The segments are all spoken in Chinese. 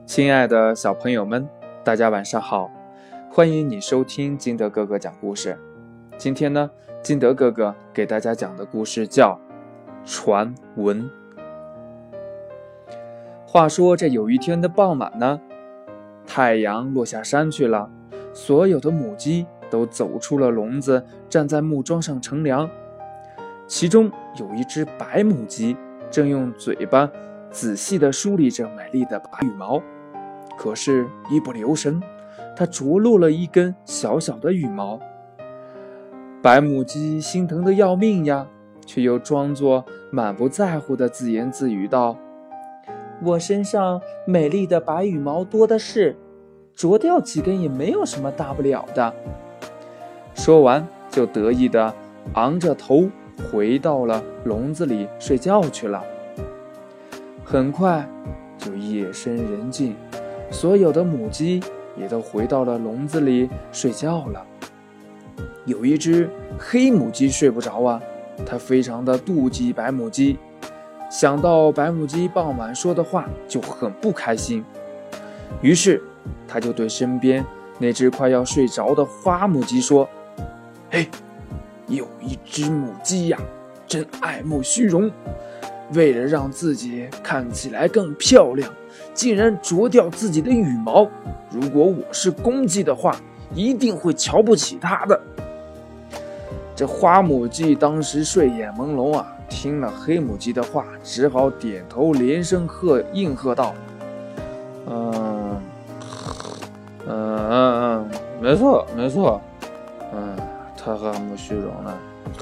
亲爱的小朋友们，大家晚上好，欢迎你收听金德哥哥讲故事。今天呢，金德哥哥给大家讲的故事叫传闻。话说这有一天的傍晚呢，太阳落下山去了，所有的母鸡都走出了笼子，站在木桩上乘凉。其中有一只白母鸡正用嘴巴仔细地梳理着美丽的白羽毛，可是一不留神，它着落了一根小小的羽毛。白母鸡心疼得要命呀，却又装作满不在乎地自言自语道：我身上美丽的白羽毛多的是，啄掉几根也没有什么大不了的。说完就得意地昂着头回到了笼子里睡觉去了。很快就夜深人静，所有的母鸡也都回到了笼子里睡觉了。有一只黑母鸡睡不着啊，它非常的妒忌白母鸡，想到白母鸡傍晚说的话就很不开心，于是它就对身边那只快要睡着的花母鸡说：嘿，有一只母鸡呀，真爱慕虚荣，为了让自己看起来更漂亮，竟然啄掉自己的羽毛。如果我是公鸡的话，一定会瞧不起它的。这花母鸡当时睡眼朦胧啊，听了黑母鸡的话，只好点头连声应和道：没错，他很不虚荣了。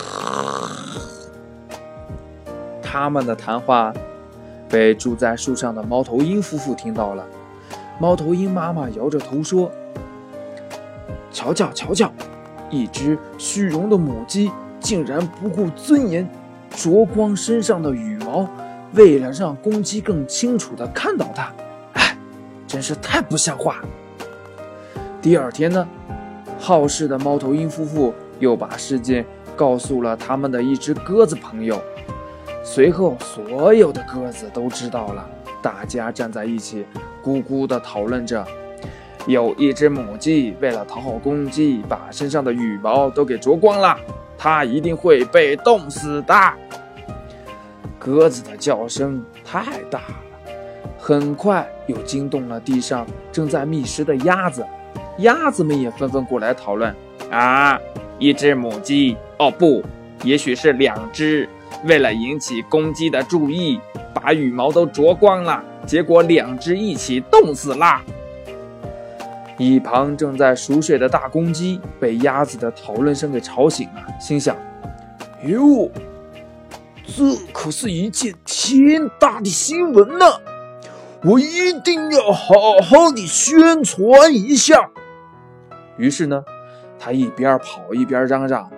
他们的谈话被住在树上的猫头鹰夫妇听到了。猫头鹰妈妈摇着头说：瞧瞧，一只虚荣的母鸡竟然不顾尊严，啄光身上的羽毛，为了让公鸡更清楚地看到它。真是太不像话。第二天呢，好事的猫头鹰夫妇又把事件告诉了他们的一只鸽子朋友。随后所有的鸽子都知道了，大家站在一起咕咕地讨论着，有一只母鸡为了讨好公鸡，把身上的羽毛都给啄光了，它一定会被冻死的。鸽子的叫声太大了，很快又惊动了地上正在觅食的鸭子，鸭子们也纷纷过来讨论。一只母鸡，不，也许是两只，为了引起公鸡的注意，把羽毛都啄光了，结果两只一起冻死了。一旁正在熟睡的大公鸡被鸭子的讨论声给吵醒了，心想：哟，这可是一件天大的新闻呢，我一定要好好的宣传一下。于是呢，他一边跑一边嚷嚷：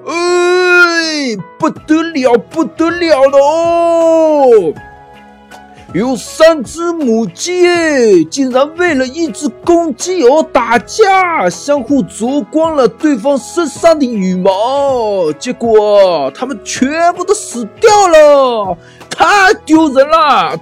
不得了喽！有3只母鸡竟然为了一只公鸡而打架，相互啄光了对方身上的羽毛，结果他们全部都死掉了，太丢人了！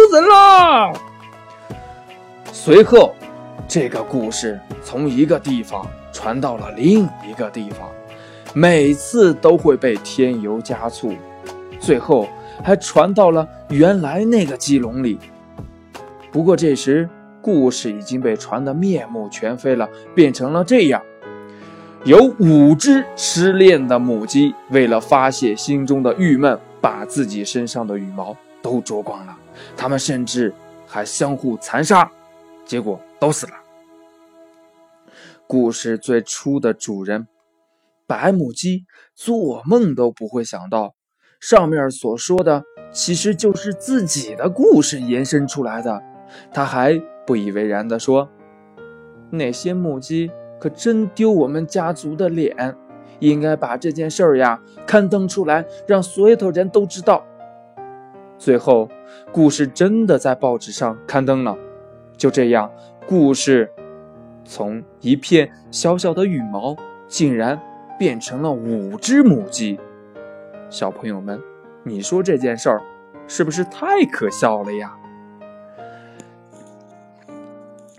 随后这个故事从一个地方传到了另一个地方，每次都会被添油加醋，最后还传到了原来那个鸡笼里。不过这时故事已经被传得面目全非了，变成了这样：有5只失恋的母鸡为了发泄心中的郁闷，把自己身上的羽毛都啄光了，它们甚至还相互残杀，结果都死了。故事最初的主人白母鸡做梦都不会想到，上面所说的其实就是自己的故事延伸出来的。他还不以为然地说：那些母鸡可真丢我们家族的脸，应该把这件事呀刊登出来，让所有的人都知道。最后故事真的在报纸上刊登了，就这样，故事从一片小小的羽毛竟然变成了5只母鸡。小朋友们，你说这件事儿是不是太可笑了呀？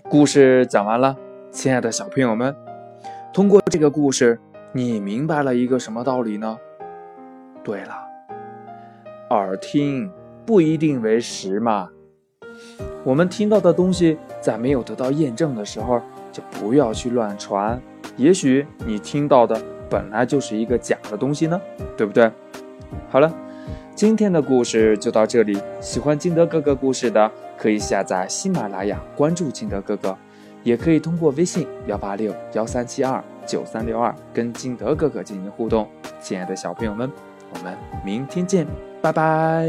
故事讲完了，亲爱的小朋友们，通过这个故事，你明白了一个什么道理呢？对了，耳听不一定为实嘛。我们听到的东西，在没有得到验证的时候，就不要去乱传。也许你听到的本来就是一个假的东西呢，对不对？好了，今天的故事就到这里。喜欢金德哥哥故事的，可以下载喜马拉雅，关注金德哥哥，也可以通过微信18613729362跟金德哥哥进行互动。亲爱的小朋友们，我们明天见，拜拜。